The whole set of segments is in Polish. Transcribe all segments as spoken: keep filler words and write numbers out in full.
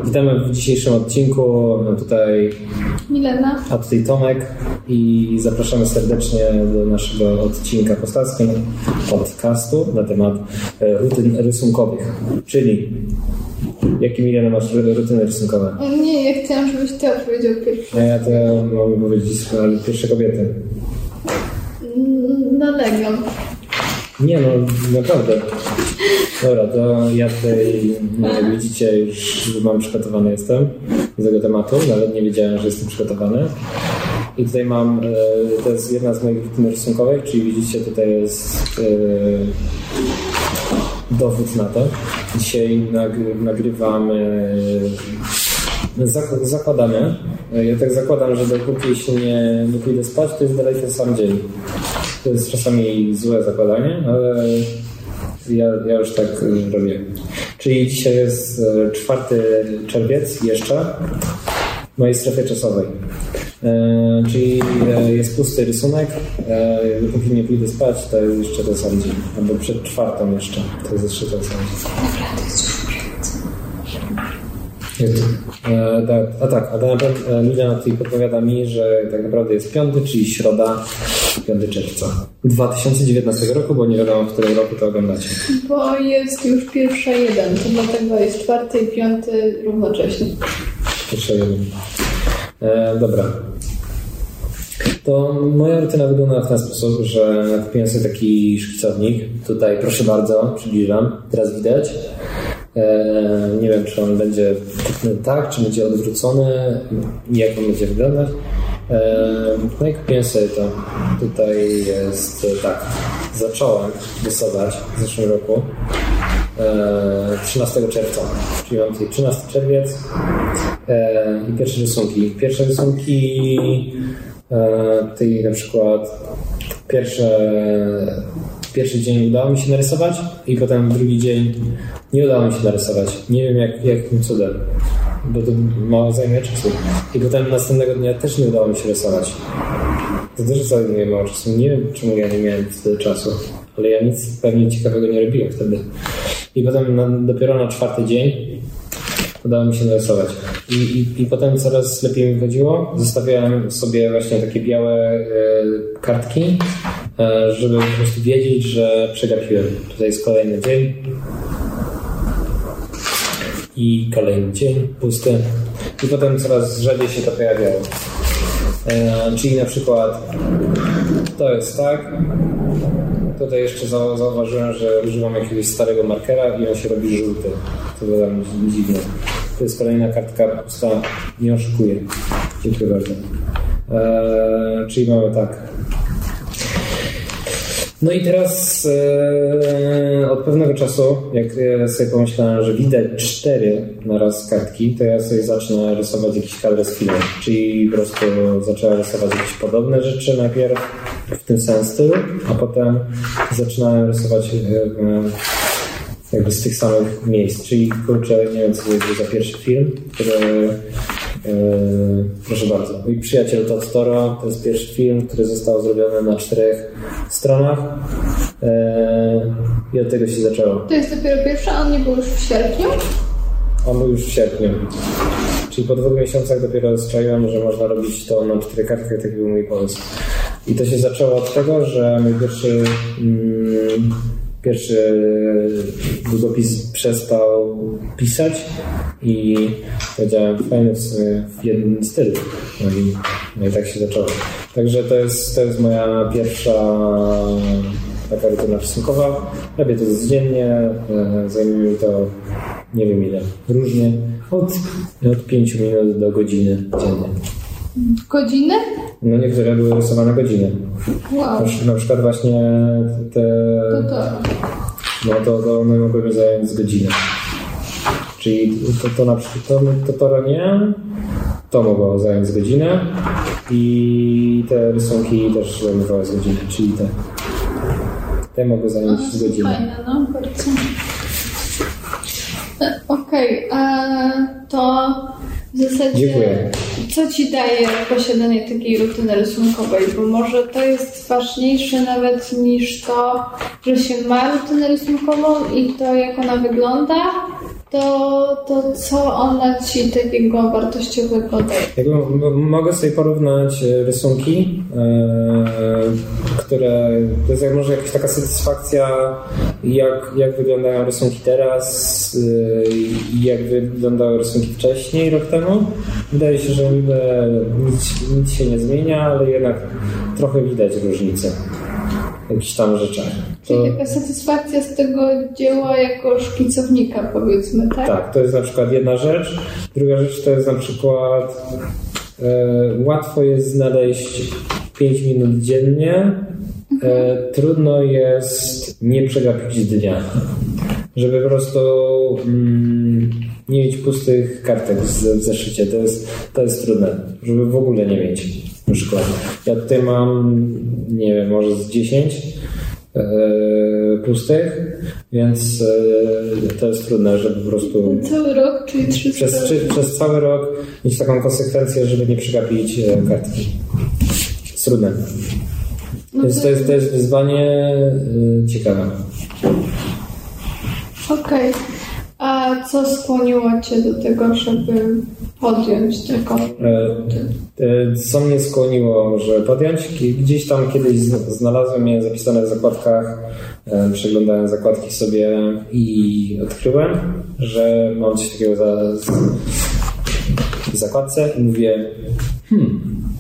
Witamy w dzisiejszym odcinku. Tutaj Milena, a tutaj Tomek i zapraszamy serdecznie do naszego odcinka postackiego podcastu na temat rutyn rysunkowych. Czyli jakie, Milena, masz rutyny rysunkowe? Nie, ja chciałam, żebyś ty odpowiedział pierwszy. A ja to mogę powiedzieć, ale pierwsze kobiety. Na Legion. Nie no, naprawdę. Dobra, to ja tutaj, jak widzicie, już mam przygotowany jestem do tego tematu, nawet nie wiedziałem, że jestem przygotowany. I tutaj mam, to jest jedna z moich rutyn rysunkowych, czyli widzicie, tutaj jest dowód na to. Dzisiaj nagrywamy, zakładamy, ja tak zakładam, że dopóki się nie, nie pójdę spać, to jest dalej ten sam dzień. To jest czasami złe zakładanie, ale ja, ja już tak robię. Czyli dzisiaj jest czwarty czerwiec jeszcze w mojej strefie czasowej. E, czyli jest pusty rysunek. E, dopóki nie pójdę spać, to jest jeszcze ten sam dzień. Albo przed czwartą jeszcze. To jest jeszcze ten sam dzień. E, tak, a tak, a naprawdę Milena tutaj podpowiada mi, że tak naprawdę jest piąty, czyli środa, piątego czerwca dwa tysiące dziewiętnastego roku, bo nie wiadomo, w którym roku to oglądacie. Bo jest już pierwsza jeden, to dlatego jest czwarty i piąty równocześnie. Pierwsza jeden. E, dobra. To moja rutyna wygląda w ten sposób, że kupiłem sobie taki szkicownik. Tutaj, proszę bardzo, przybliżam. Teraz widać. E, nie wiem, czy on będzie tak, czy będzie odwrócony, jak on będzie wyglądać. E, no i kupiłem sobie to. Tutaj jest tak. Zacząłem rysować w zeszłym roku. E, trzynastego czerwca. Czyli mam tutaj trzynasty czerwiec e, i pierwsze rysunki. Pierwsze rysunki e, tutaj na przykład pierwsze Pierwszy dzień udało mi się narysować i potem drugi dzień nie udało mi się narysować. Nie wiem jak, jakim cudem, bo to mało zajmuje czasu. I potem następnego dnia też nie udało mi się rysować. To też zajmuje mało czasu. Nie wiem, czemu ja nie miałem wtedy czasu, ale ja nic pewnie ciekawego nie robiłem wtedy. I potem na, dopiero na czwarty dzień udało mi się narysować. I, i, i potem coraz lepiej mi chodziło. Zostawiałem sobie właśnie takie białe y, kartki, y, żeby po prostu wiedzieć, że przegapiłem. Tutaj jest kolejny dzień. I kolejny dzień, pusty. I potem coraz rzadziej się to pojawiało. Y, czyli na przykład to jest tak. Tutaj jeszcze zauważyłem, że używam jakiegoś starego markera i on się robi żółty. To było tam dziwne. To jest kolejna kartka pusta. Nie oszukuję. Dziękuję bardzo. Eee, czyli mamy tak. No i teraz e, od pewnego czasu, jak ja sobie pomyślałem, że widać cztery na raz kartki, to ja sobie zacznę rysować jakiś kadr z filmu. Czyli po prostu zacząłem rysować jakieś podobne rzeczy najpierw w tym samym stylu, a potem zaczynałem rysować e, jakby z tych samych miejsc. Czyli kurczę, nie wiem co to jest za pierwszy film, który Yy, proszę bardzo. Mój przyjaciel Totoro to jest pierwszy film, który został zrobiony na czterech stronach yy, i od tego się zaczęło. To jest dopiero pierwsza, a on nie był już w sierpniu? On był już w sierpniu. Czyli po dwóch miesiącach dopiero zczaiłem, że można robić to na czterech kartkach, taki był mój pomysł. I to się zaczęło od tego, że mój pierwszy mm, Pierwszy długopis przestał pisać i powiedziałem fajny w sumie w jednym stylu. No i, no i tak się zaczęło. Także to jest, to jest moja pierwsza taka rutyna rysunkowa. Robię to codziennie, zajmuje mi to nie wiem ile, różnie, od, od pięciu minut do godziny dziennie. Godzinę? No niektóre były rysowane godziny. Wow. Na przykład właśnie te... To to. No to, to one mogłyby zająć z godziny. Czyli to, to na przykład to, to, to nie, to mogło zająć z godzinę i te rysunki też zajmowały z godziny, czyli te, te mogły zająć no, z godziny. Fajne, no bardzo. Okej, okay, a to w zasadzie Dziękuję. Co ci daje posiadanie takiej rutyny rysunkowej? Bo może to jest ważniejsze nawet niż to, że się ma rutynę rysunkową i to, jak ona wygląda, to, to co ona ci takiego wartościowego daje? Jakby m- mogę sobie porównać rysunki, yy, które to jest jak może jakaś taka satysfakcja, jak, jak wyglądają rysunki teraz i yy, jak wyglądały rysunki wcześniej, rok temu. Wydaje się, że niby nic, nic się nie zmienia, ale jednak trochę widać różnicę w jakichś tam rzeczach. Czyli to... taka satysfakcja z tego dzieła jako szkicownika, powiedzmy, tak? Tak, to jest na przykład jedna rzecz. Druga rzecz to jest na przykład e, łatwo jest znaleźć pięć minut dziennie. E, trudno jest nie przegapić dnia. Żeby po prostu mm, nie mieć pustych kartek w zeszycie. To jest, to jest trudne. Żeby w ogóle nie mieć. Na przykład. Ja tutaj mam, nie wiem, może z dziesięć e, pustych, więc e, to jest trudne, żeby po prostu cały rok, czyli trzysta przez, czy, przez cały rok mieć taką konsekwencję, żeby nie przegapić e, kartki. Jest trudne. No więc to... to jest, to jest wyzwanie e, ciekawe. Okej. Okay. A co skłoniło Cię do tego, żeby podjąć taką... Co mnie skłoniło, żeby podjąć? Gdzieś tam kiedyś znalazłem je zapisane w zakładkach, przeglądałem zakładki sobie i odkryłem, że mam coś takiego za, w zakładce i mówię hmm,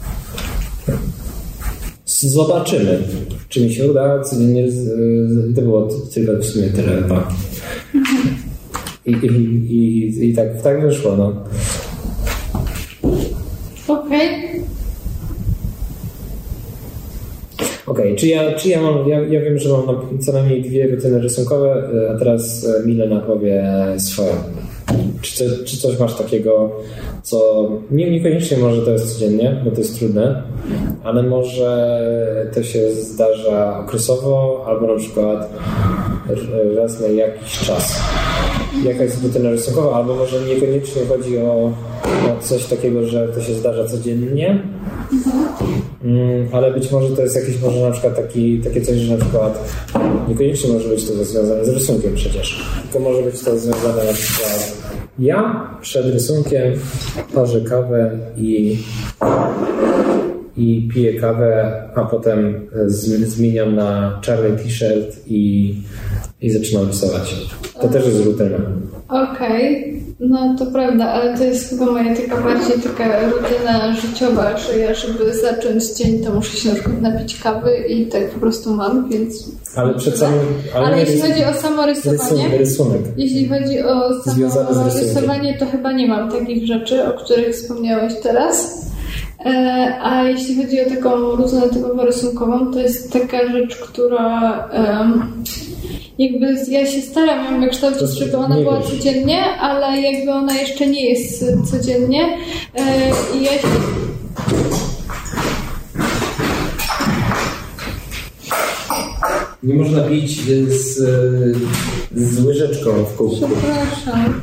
zobaczymy, czy mi się uda, codziennie to było tylko w sumie tyle chyba. I, i, i, i tak, tak wyszło, no. Okej. Okay. Okej, okay, czy ja, czy ja mam, ja, ja wiem, że mam co najmniej dwie rutyny rysunkowe, a teraz Milena powie swoją. Czy, czy, czy coś masz takiego, co nie, niekoniecznie może to jest codziennie, bo to jest trudne, ale może to się zdarza okresowo, albo na przykład raz na jakiś czas. Jaka jest rutyna rysunkowa, albo może niekoniecznie chodzi o, o coś takiego, że to się zdarza codziennie, mm, ale być może to jest jakieś może na przykład taki, takie coś, że na przykład niekoniecznie może być to związane z rysunkiem przecież, tylko może być to związane na przykład ja przed rysunkiem parzę kawę i i piję kawę, a potem z, zmieniam na czarny t-shirt i, i zaczynam rysować. To też jest rutyna. Okej, okay. No to prawda, ale to jest chyba moja taka bardziej taka rutyna życiowa, że ja żeby zacząć dzień, to muszę się na przykład napić kawy i tak po prostu mam, więc... Ale przed samym... Ale, ale jeśli chodzi o samo rysowanie... Rysunek. Jeśli chodzi o samo rysowanie, to chyba nie mam takich rzeczy, o których wspomniałeś teraz. A jeśli chodzi o taką rutynę typowo rysunkową, to jest taka rzecz, która um, jakby ja się staram ją wykształcić, żeby ona była wiesz. codziennie, ale jakby ona jeszcze nie jest codziennie. I ja się... Nie można pić z, z łyżeczką w kubku. Przepraszam.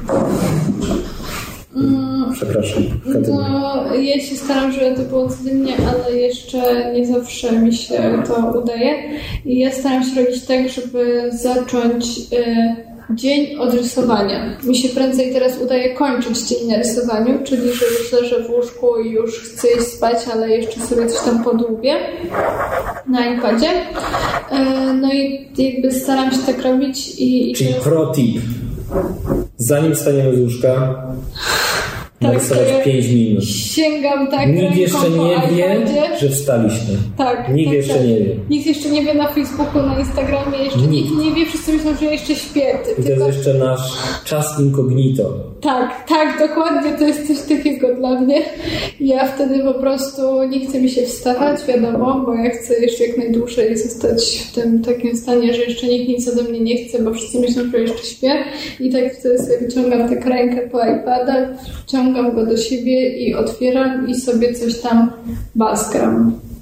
Przepraszam. No, ja się staram, żeby to było codziennie, ale jeszcze nie zawsze mi się to udaje. I ja staram się robić tak, żeby zacząć y, dzień od rysowania. Mi się prędzej teraz udaje kończyć dzień na rysowaniu, czyli że już leżę w łóżku i już chcę iść spać, ale jeszcze sobie coś tam podłubię na iPadzie. Y, no i jakby staram się tak robić. I, i czyli teraz... pro tip. Zanim staniemy z łóżka, tak, narysować pięć minut. Sięgam tak Nikt jeszcze nie wie, że wstaliśmy. Tak. Nikt tak, jeszcze tak. nie wie. Nikt jeszcze nie wie na Facebooku, na Instagramie, jeszcze nikt, nikt nie wie, wszyscy myślą, że ja jeszcze śpię. I to tylko... jest jeszcze nasz czas incognito. Tak, tak, dokładnie, to jest coś takiego dla mnie. Ja wtedy po prostu nie chcę mi się wstawać, wiadomo, bo ja chcę jeszcze jak najdłużej zostać w tym takim stanie, że jeszcze nikt nic ode mnie nie chce, bo wszyscy myślą, że jeszcze śpię. I tak wtedy sobie wyciągam tak rękę po iPada, wciągam go do siebie i otwieram i sobie coś tam baskram.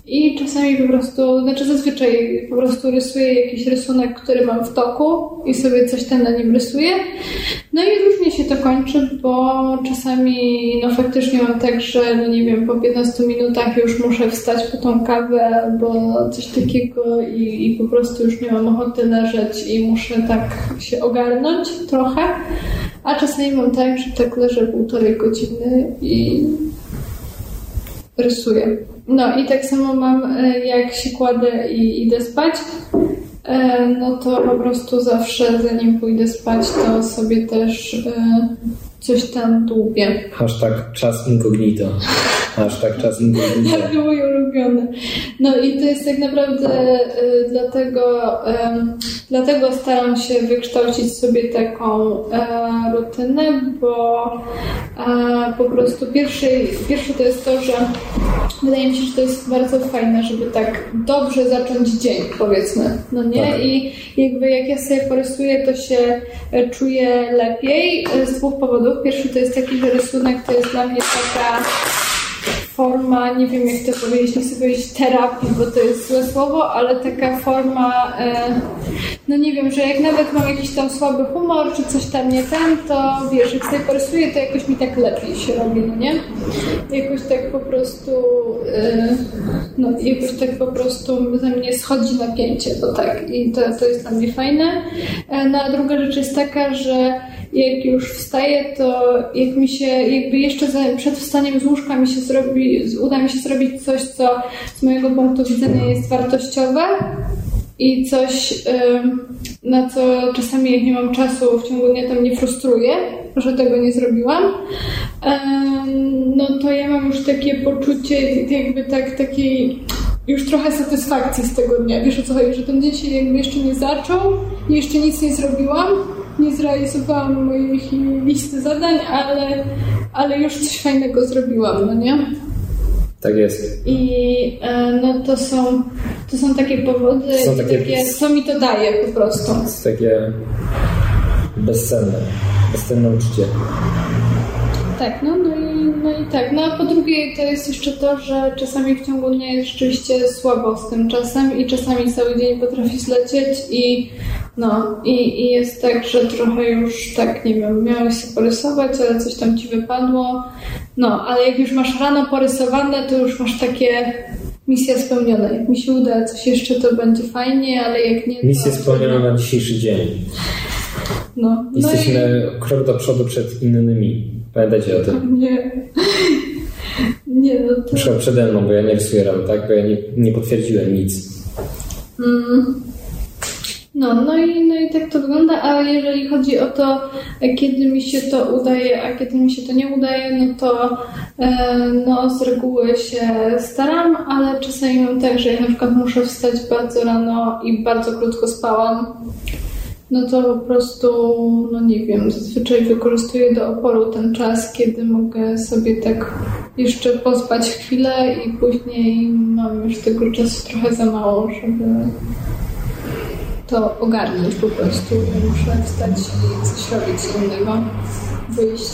I czasami po prostu, znaczy zazwyczaj po prostu rysuję jakiś rysunek, który mam w toku i sobie coś tam na nim rysuję. No i różnie się to kończy, bo czasami no faktycznie mam tak, że no nie wiem, po piętnastu minutach już muszę wstać po tą kawę albo coś takiego i, i po prostu już nie mam ochoty leżeć i muszę tak się ogarnąć trochę. A czasami mam tak, że tak leżę półtorej godziny i rysuję. No i tak samo mam, jak się kładę i idę spać, no to po prostu zawsze zanim pójdę spać, to sobie też coś tam dłubię. Hashtag czas incognito. Hashtag czas incognito. Tak, mój ulubiony. No i to jest tak naprawdę y, dlatego, y, dlatego staram się wykształcić sobie taką y, rutynę, bo y, po prostu pierwszy, pierwsze to jest to, że wydaje mi się, że to jest bardzo fajne, żeby tak dobrze zacząć dzień, powiedzmy, no nie? Tak. I jakby jak ja sobie porysuję, to się czuję lepiej z dwóch powodów. Pierwszy to jest taki, że rysunek to jest dla mnie taka forma, nie wiem jak to powiedzieć, nie chcę powiedzieć terapii, bo to jest złe słowo, ale taka forma, e, no nie wiem, że jak nawet mam jakiś tam słaby humor, czy coś tam nie tam, to wiesz, jak sobie porysuję, to jakoś mi tak lepiej się robi, no nie? Jakoś tak po prostu, e, no jakoś tak po prostu ze mnie schodzi napięcie, to tak, i to, to jest dla mnie fajne. E, no a druga rzecz jest taka, że jak już wstaję, to jak mi się, jakby jeszcze przed wstaniem z łóżka mi się zrobi, uda mi się zrobić coś, co z mojego punktu widzenia jest wartościowe i coś, na co czasami jak nie mam czasu w ciągu dnia, to mnie frustruje, że tego nie zrobiłam, no to ja mam już takie poczucie jakby tak, takiej już trochę satysfakcji z tego dnia. Wiesz o co chodzi, że ten dzień się jakby jeszcze nie zaczął, jeszcze nic nie zrobiłam, nie zrealizowałam moich listy zadań, ale, ale już coś fajnego zrobiłam, no nie? Tak jest. I no to są, to są takie powody, to są takie, takie, co mi to daje po prostu. To jest takie bezcenne, bezcenne uczucie. Tak, no, no, i, no i tak. No a po drugie to jest jeszcze to, że czasami w ciągu dnia jest rzeczywiście słabo z tym czasem i czasami cały dzień potrafi zlecieć i no i, i jest tak, że trochę już tak, nie wiem, miałeś się porysować, ale coś tam ci wypadło. No, ale jak już masz rano porysowane, to już masz takie misja spełniona. Jak mi się uda coś jeszcze, to będzie fajnie, ale jak nie, to... Misja spełniona na dzisiejszy dzień. No. Jesteśmy no i... krok do przodu przed innymi. Pamiętajcie o tym. Nie. Nie, no to... Na przykład przede mną, bo ja nie rysuję ram, tak? Bo ja nie, nie potwierdziłem nic. Mm. No, no i, no i tak to wygląda, a jeżeli chodzi o to, kiedy mi się to udaje, a kiedy mi się to nie udaje, no to e, no z reguły się staram, ale czasami mam tak, że ja na przykład muszę wstać bardzo rano i bardzo krótko spałam. No to po prostu, no nie wiem, zazwyczaj wykorzystuję do oporu ten czas, kiedy mogę sobie tak jeszcze pospać chwilę i później mam już tego czasu trochę za mało, żeby to ogarnąć po prostu. Muszę wstać i coś robić innego, wyjść.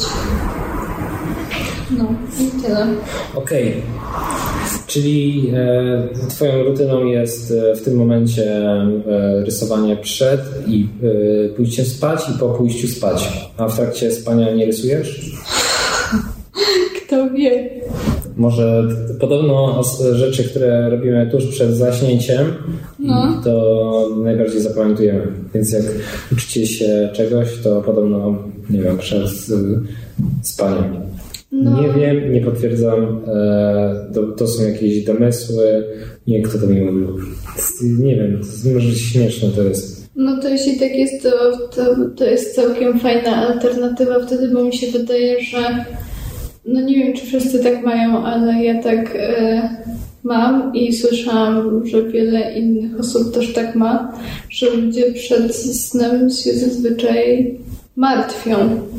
No i tyle. Okej. Okay. Czyli e, twoją rutyną jest e, w tym momencie e, rysowanie przed i e, pójściem spać i po pójściu spać. A w trakcie spania nie rysujesz? Kto wie? Może podobno rzeczy, które robimy tuż przed zaśnięciem, no. To najbardziej zapamiętujemy. Więc jak uczycie się czegoś, to podobno, nie wiem, przed spaniem. No. Nie wiem, nie potwierdzam. To, to są jakieś domysły. Nie wiem, kto to mi mówił. Nie wiem, to może śmieszne to jest. No to jeśli tak jest, to, to, to jest całkiem fajna alternatywa wtedy, bo mi się wydaje, że no nie wiem, czy wszyscy tak mają, ale ja tak e, mam i słyszałam, że wiele innych osób też tak ma, że ludzie przed snem się zazwyczaj martwią.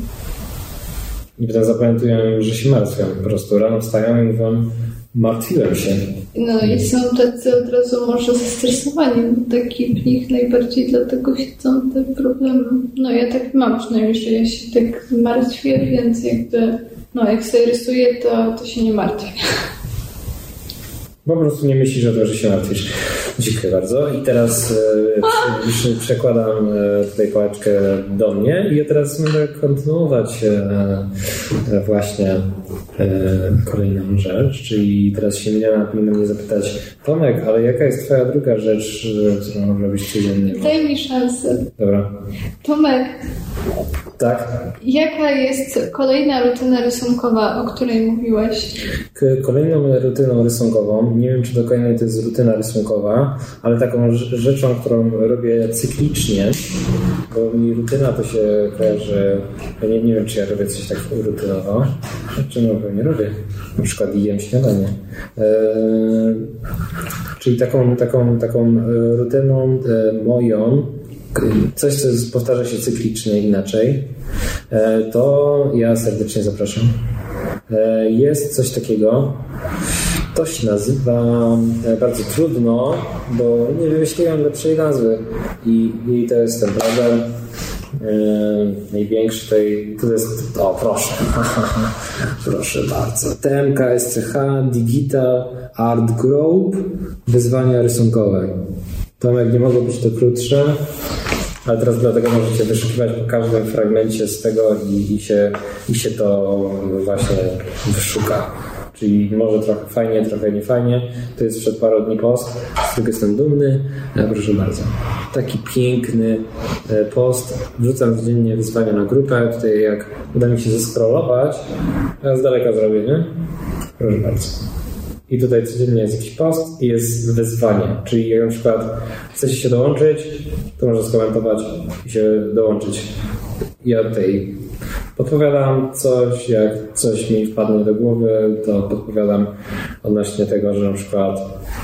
I potem zapamiętuję, że się martwią. Po prostu rano wstają i mówią, martwiłem się. No i są tacy od razu może zestresowani, bo taki w nich najbardziej dlatego siedzą te problemy. No ja tak mam przynajmniej, że ja się tak martwię, więc jakby no jak sobie rysuję, to, to się nie martwię. Po prostu nie myślisz o tym, że się martwisz. Dziękuję bardzo. I teraz e, już przekładam e, tutaj pałeczkę do mnie i ja teraz będę kontynuować e, e, właśnie e, kolejną rzecz, czyli teraz się Milena powinna mnie zapytać: Tomek, ale jaka jest twoja druga rzecz, e, którą robisz codziennie? Daj mi szansę. Dobra. Tomek. Tak? Jaka jest kolejna rutyna rysunkowa, o której mówiłeś? Kolejną rutyną rysunkową, nie wiem czy dokładnie to jest rutyna rysunkowa, ale taką rzeczą, którą robię cyklicznie, bo mi rutyna to się kojarzy, ja nie, nie wiem czy ja robię coś tak rutynowo, czy no pewnie robię, na przykład jem śniadanie. Eee, czyli taką, taką, taką rutyną e, moją, coś, co jest, powtarza się cyklicznie inaczej, to ja serdecznie zapraszam. Jest coś takiego, to się nazywa bardzo trudno, bo nie wymyśliłem lepszej nazwy i, i to jest ten problem. Największy tej, to jest, o proszę, proszę bardzo, T M K S C H Digital Art Group, wyzwania rysunkowe. Tomek, nie mogło być to krótsze, ale teraz dlatego możecie wyszukiwać po każdym fragmencie z tego i, i, się, i się to właśnie wyszuka. Czyli może trochę fajnie, trochę nie fajnie. To jest przed paru dni post, z którego jestem dumny. Ja, proszę bardzo. Taki piękny post. Wrzucam codziennie wyzwania na grupę. Tutaj jak uda mi się zescrollować, ja z daleka zrobię, nie? Proszę bardzo. I tutaj codziennie jest jakiś post i jest wyzwanie. Czyli jak na przykład chcecie się dołączyć, to można skomentować i się dołączyć. Ja tutaj podpowiadam coś, jak coś mi wpadnie do głowy, to podpowiadam odnośnie tego, że na przykład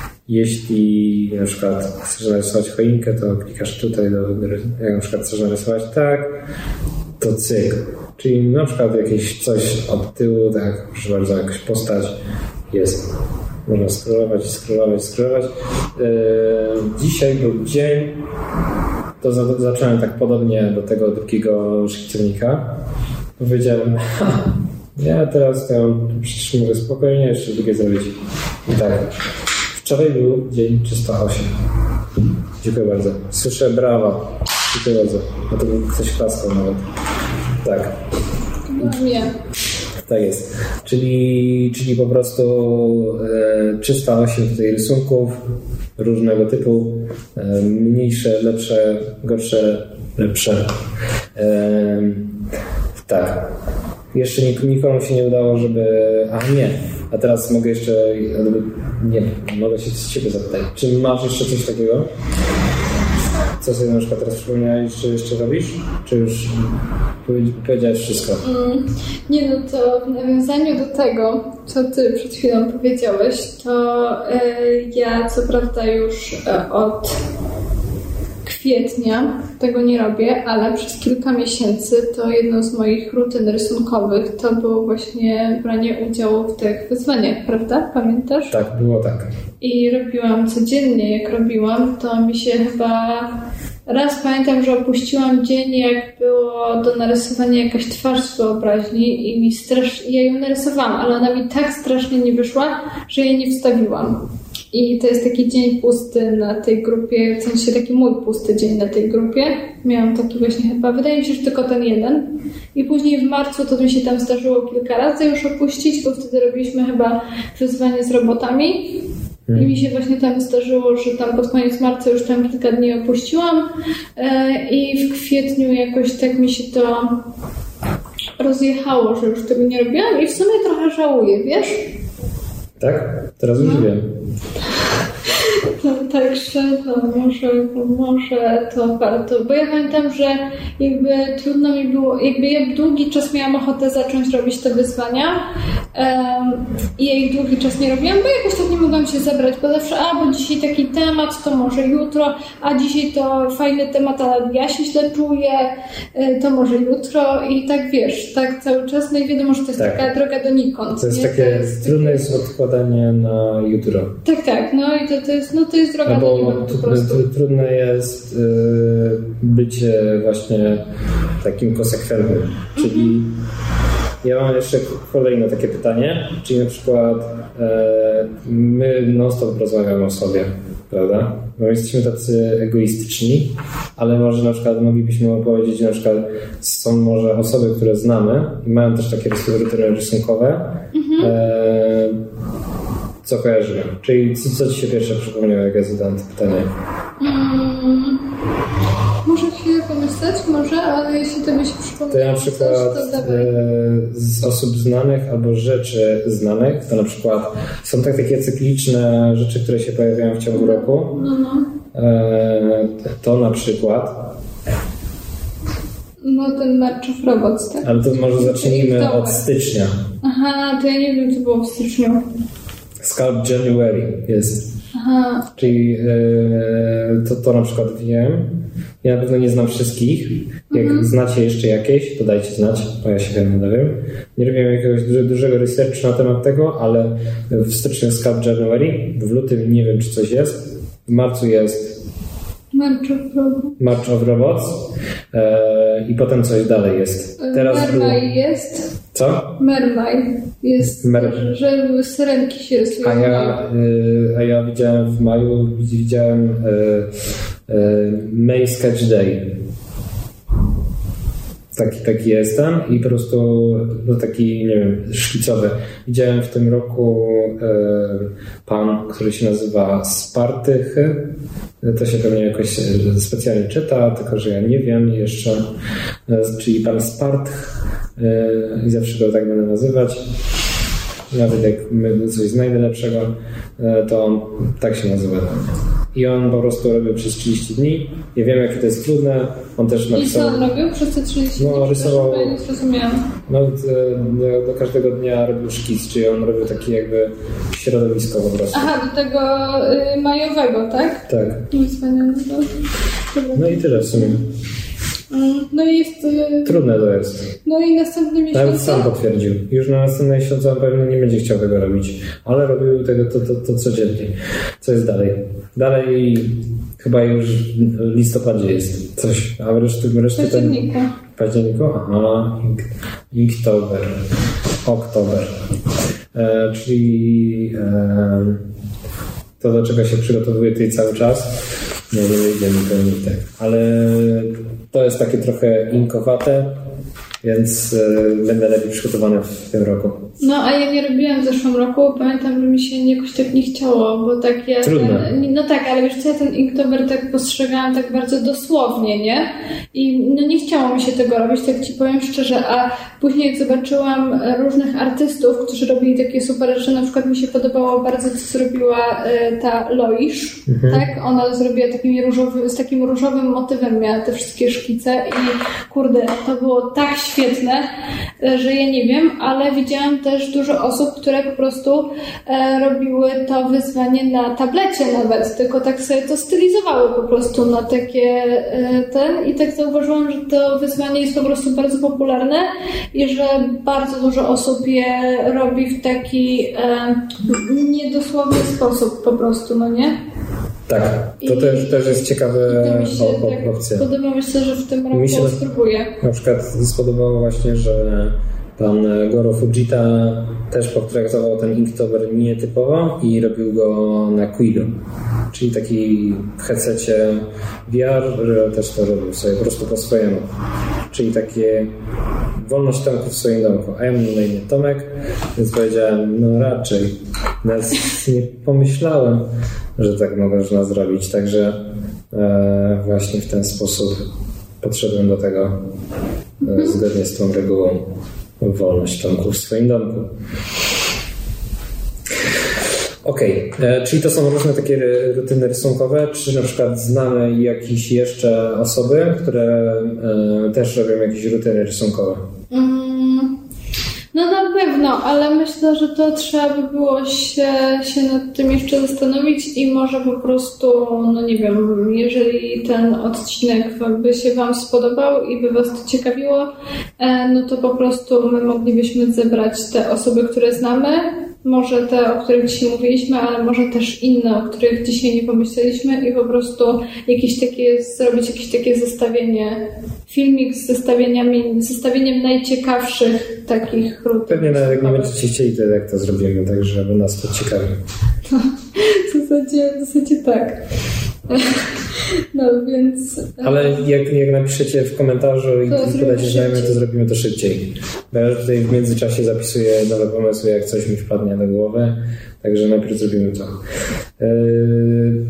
jeśli na przykład chcesz narysować choinkę, to klikasz tutaj, do, jak na przykład chcesz narysować tak, to cyk. Czyli na przykład jakieś coś od tyłu, tak, proszę bardzo, jakaś postać jest. Można scrollować, scrollować, scrollować. Yy, dzisiaj był dzień, to za, zacząłem tak podobnie do tego drugiego szkicownika. Powiedziałem, ha, ja teraz to przecież mogę spokojnie jeszcze drugie zrobić. I tak, wczoraj był dzień trzysta osiem. Dziękuję bardzo. Słyszę brawa. Dziękuję bardzo. No to ktoś klaskał nawet. Tak. No nie. Tak jest. Czyli, czyli po prostu e, trzysta osiem tutaj rysunków różnego typu. E, mniejsze, lepsze, gorsze, lepsze. E, tak. Jeszcze nikomu się nie udało, żeby... A nie. A teraz mogę jeszcze... Nie, mogę się z ciebie zapytać. Czy masz jeszcze coś takiego? Co sobie na przykład teraz przypomniałeś, czy jeszcze robisz? Czy już powiedziałeś wszystko? Mm, nie, no to w nawiązaniu do tego, co ty przed chwilą powiedziałeś, to y, ja co prawda już y, od kwietnia tego nie robię, ale przez kilka miesięcy to jedną z moich rutyn rysunkowych to było właśnie branie udziału w tych wyzwaniach, prawda? Pamiętasz? Tak, było tak. I robiłam codziennie, jak robiłam, to mi się chyba... Raz pamiętam, że opuściłam dzień, jak było do narysowania jakaś twarz z wyobraźni i mi strasznie... Ja ją narysowałam, ale ona mi tak strasznie nie wyszła, że jej nie wstawiłam. I to jest taki dzień pusty na tej grupie, w sensie taki mój pusty dzień na tej grupie. Miałam taki właśnie chyba, wydaje mi się, że tylko ten jeden. I później w marcu to mi się tam zdarzyło kilka razy już opuścić, bo wtedy robiliśmy chyba wyzwanie z robotami. I mi się właśnie tam zdarzyło, że tam pod koniec marca już tam kilka dni opuściłam. I w kwietniu jakoś tak mi się to rozjechało, że już tego nie robiłam. I w sumie trochę żałuję, wiesz? Tak? Teraz już no. wiem. No, także no, może, może to warto, bo ja pamiętam, że jakby trudno mi było, jakby ja długi czas miałam ochotę zacząć robić te wyzwania um, i ja ich długi czas nie robiłam, bo jakoś tak nie mogłam się zebrać, bo zawsze, a bo dzisiaj taki temat, to może jutro, a dzisiaj to fajny temat, ale ja się źle czuję, to może jutro i tak wiesz, tak cały czas, no i wiadomo, że to jest tak. taka droga donikąd. To jest nie? takie, to jest trudne jest odkładanie na jutro. Tak, tak, no i to, to jest, no to jest droga no donikąd po prostu. Trudne jest yy, bycie właśnie takim konsekwentnym, czyli Ja mam jeszcze kolejne takie pytanie, czyli na przykład e, my non-stop rozmawiamy o sobie, prawda? No jesteśmy tacy egoistyczni, ale może na przykład moglibyśmy opowiedzieć, na przykład są może osoby, które znamy i mają też takie rutyny rysunkowe, mhm. e, co kojarzymy? Czyli co, co ci się pierwsze przypomniało, jak ja zadałem to pytanie? Hmm. Muszę chwilę pomyśleć, może, ale jeśli to by się przypomniało, to ja na przykład coś, to e, z osób znanych albo rzeczy znanych, to na przykład są tak takie cykliczne rzeczy, które się pojawiają w ciągu roku. No, no. E, to na przykład no ten March of Robots, tak? Ale to może zacznijmy od stycznia. Aha, to ja nie wiem, co było w styczniu. Sculpt January jest. Aha. Czyli e, to, to na przykład wiem. Ja na pewno nie znam wszystkich. Jak mhm. znacie jeszcze jakieś, to dajcie znać, bo ja się wiem, nie wiem. Nie robiłem jakiegoś duże, dużego researchu na temat tego, ale w styczniu jest Sculpt January, w lutym nie wiem, czy coś jest. W marcu jest March of Robots. March of Robots. E, I potem coś dalej jest. Teraz Mermaj był... jest. Co? Mermaj jest, Mer... że syrenki się rysują. A ja, y, a ja widziałem w maju, widziałem y, y, May Sketch Day. Taki, taki jestem i po prostu no taki, nie wiem, szkicowy. Widziałem w tym roku y, pan, który się nazywa Spartychy. To się pewnie jakoś specjalnie czyta, tylko że ja nie wiem jeszcze. Czyli pan Spartch i zawsze go tak będę nazywać. Nawet jak coś znajdę lepszego, to on tak się nazywa. I on po prostu robił przez trzydzieści dni. Nie wiem, jakie to jest trudne. On też napisał... I co on robił przez te trzydzieści dni? No, rysował... Ja nie zrozumiałam. No, do, do każdego dnia robił szkic, czyli on robił taki jakby środowisko po prostu. Aha, do tego y, majowego, tak? Tak. No, wspaniale. No i tyle w sumie. No i jest... Y... Trudne to jest. No i następny miesiąc... Nawet sam potwierdził. Już na następny miesiąc on pewnie nie będzie chciał tego robić. Ale robił tego to, to, to codziennie. Co jest dalej? Dalej chyba już w listopadzie jest coś. A reszty... reszty w październiku. Ten... W październiku? Aha. Inktober. Oktober. E, czyli e, to, do czego się przygotowuje tutaj cały czas. Nie, nie wyjdzie mi to nie tak. Ale to jest takie trochę inkowate, więc y, będę lepiej przygotowany w tym roku. No, a ja nie robiłam w zeszłym roku. Pamiętam, że mi się jakoś tak nie chciało, bo tak ja... Trudne. Ten, no tak, ale wiesz co, ja ten Inktober tak postrzegałam tak bardzo dosłownie, nie? I no nie chciało mi się tego robić, tak ci powiem szczerze, a później jak zobaczyłam różnych artystów, którzy robili takie super rzeczy, na przykład mi się podobało bardzo, co zrobiła y, ta Loisz, mhm. tak? Ona zrobiła takimi różowy, z takim różowym motywem, miała te wszystkie szkice i kurde, to było tak świetne, że ja nie wiem, ale widziałam też dużo osób, które po prostu e, robiły to wyzwanie na tablecie nawet, tylko tak sobie to stylizowały po prostu na takie e, ten i tak zauważyłam, że to wyzwanie jest po prostu bardzo popularne i że bardzo dużo osób je robi w taki e, niedosłowny sposób po prostu, no nie? Tak, to I, też, też jest ciekawe opcja. Tak, podoba mi się, że w tym roku mi się spróbuję. Na przykład spodobało właśnie, że pan Goro Fujita też potraktował ten Inktober nietypowo i robił go na Quilu, czyli taki w headsetie V R, że też to robił sobie po prostu po swojemu. Czyli takie wolność Tomku w swoim domku. A ja mam na imię Tomek, więc powiedziałem, no raczej. Nawet nie pomyślałem, że tak można zrobić. Także e, właśnie w ten sposób podszedłem do tego e, zgodnie z tą regułą wolność Tomku w swoim domku. Okej, okay. Czyli to są różne takie rutyny rysunkowe, czy na przykład znamy jakieś jeszcze osoby, które e, też robią jakieś rutyny rysunkowe? Mm, no na pewno, ale myślę, że to trzeba by było się, się nad tym jeszcze zastanowić i może po prostu, no nie wiem, jeżeli ten odcinek by się Wam spodobał i by Was to ciekawiło, e, no to po prostu my moglibyśmy zebrać te osoby, które znamy, Może te, o których dzisiaj mówiliśmy, ale może też inne, o których dzisiaj nie pomyśleliśmy i po prostu jakieś takie, zrobić jakieś takie zestawienie, filmik z zestawieniami, zestawieniem najciekawszych takich rut. Pewnie nawet jak nie będziecie chcieli, to jak to zrobimy, tak żeby nas to ciekawi. No, w zasadzie, w zasadzie tak. No więc... Ale jak, jak napiszecie w komentarzu i podacie znajomych, to zrobimy to szybciej. Bo ja tutaj w międzyczasie zapisuję nowe pomysły, jak coś mi wpadnie do głowy. Także najpierw zrobimy to. Yy,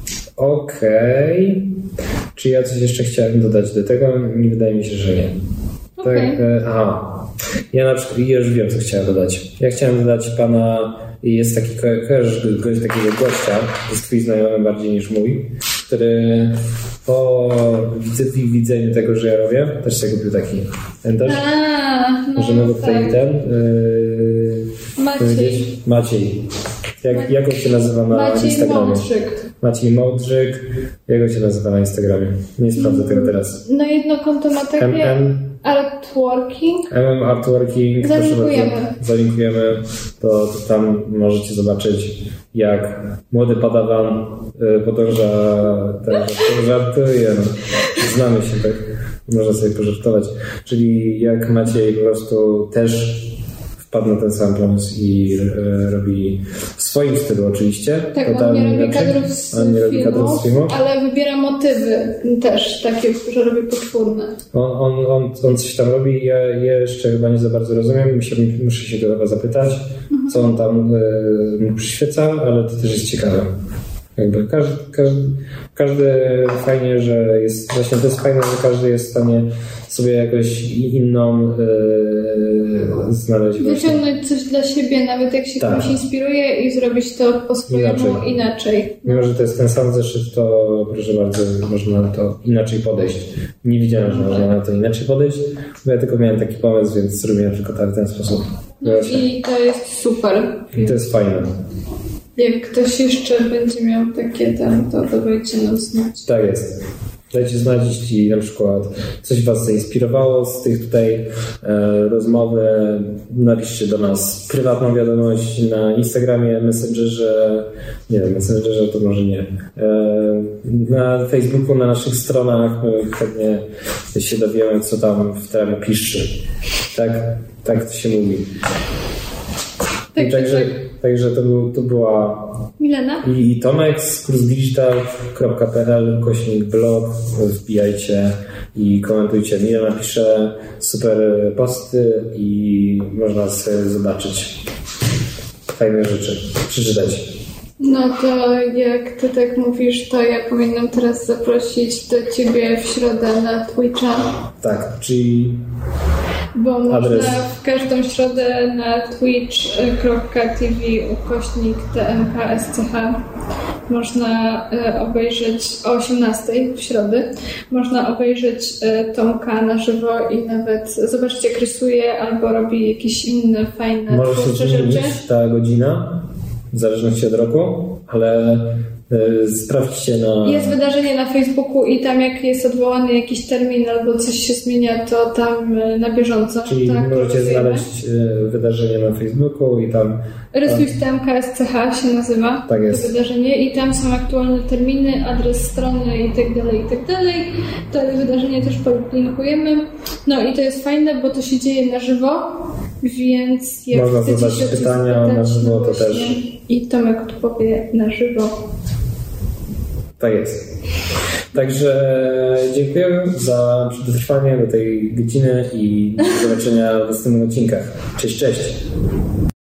Okej. Okay. Czy ja coś jeszcze chciałem dodać do tego? Nie wydaje mi się, że nie. Okay. Tak, aha. Ja na przykład już wiem, co chciałem dodać. Ja chciałem dodać pana, jest taki kojarzysz gość, takiego gościa, jest twój znajomy bardziej niż mój, który po widzeniu tego, że ja robię, też sobie kupił taki. Pamiętasz? A, no, możemy go tutaj tak. ten yy, Maciej. Maciej. Jak, jak on się nazywa na Maciej Instagramie? Mołdrzyk. Maciej Mołdrzyk. Jak on się nazywa na Instagramie? Nie sprawdzę tego teraz. Na jedno konto ma takie M M artworking. M M Artworking. Zalinkujemy. Zalinkujemy. To, to tam możecie zobaczyć, jak młody padawan podąża, tak, żartuje. No. Znamy się, tak? Można sobie pożartować. Czyli jak Maciej po prostu też wpadł na ten sam pomysł i e, robi w swoim stylu oczywiście. Tak, on nie robi kadrów z, on nie robi filmów, z filmów, ale wybiera motywy też takie, że robi poczwórne. On, on, on, on coś tam robi, ja, ja jeszcze chyba nie za bardzo rozumiem, muszę, muszę się go chyba zapytać, mhm. co on tam e, przyświeca, ale to też jest ciekawe. Jakby każdy, każdy, każdy fajnie, że jest, właśnie to jest fajne, że każdy jest w stanie sobie jakoś inną yy, znaleźć. Wyciągnąć coś dla siebie, nawet jak się tak. komuś inspiruje i zrobić to po swojemu inaczej. inaczej. Mimo, że to jest ten sam zeszyt, to proszę bardzo, można na to inaczej podejść. Nie widziałem, że można na to inaczej podejść, bo ja tylko miałem taki pomysł, więc zrobiłem tylko tak w ten sposób. No i to jest super. I to jest fajne. Jak ktoś jeszcze będzie miał takie tam, to dawajcie nam znać. Tak jest. Dajcie znać, jeśli na przykład coś Was zainspirowało z tych tutaj e, rozmowy. Napiszcie do nas prywatną wiadomość na Instagramie, Messengerze, nie wiem, Messengerze to może nie. E, na Facebooku, na naszych stronach my pewnie się dowiemy, co tam w tym piszczy. Tak, tak to się mówi. Tak, I także, tak. także to, był, to była Milena i, i Tomek z kursdigital kropka p l kośnik blog. Wbijajcie i komentujcie. Milena pisze super posty i można sobie zobaczyć fajne rzeczy, przeczytać. No to jak ty tak mówisz, to ja powinnam teraz zaprosić do ciebie w środę na Twitcha. Tak, czyli bo adres. Można w każdą środę na twitch kropka t v ukośnik t m k s c h można obejrzeć o osiemnastej w środę. Można obejrzeć Tomka na żywo i nawet zobaczyć, jak rysuje albo robi jakieś inne fajne może się rzeczy. zmienić ta godzina w zależności od roku, ale sprawdźcie na... Jest wydarzenie na Facebooku i tam jak jest odwołany jakiś termin albo coś się zmienia, to tam na bieżąco. Czyli tak, możecie znaleźć wydarzenie na Facebooku i tam... Rysuj z T M K S C H się nazywa tak jest. to wydarzenie i tam są aktualne terminy, adres strony i tak dalej, i tak dalej. To wydarzenie też podlinkujemy. No i to jest fajne, bo to się dzieje na żywo, więc jak można chcecie zadać się pytania zapytać, na żywo, no to też... I Tomek odpowie na żywo. Tak jest. Także dziękuję za przetrwanie do tej godziny i do zobaczenia w następnych odcinkach. Cześć, cześć.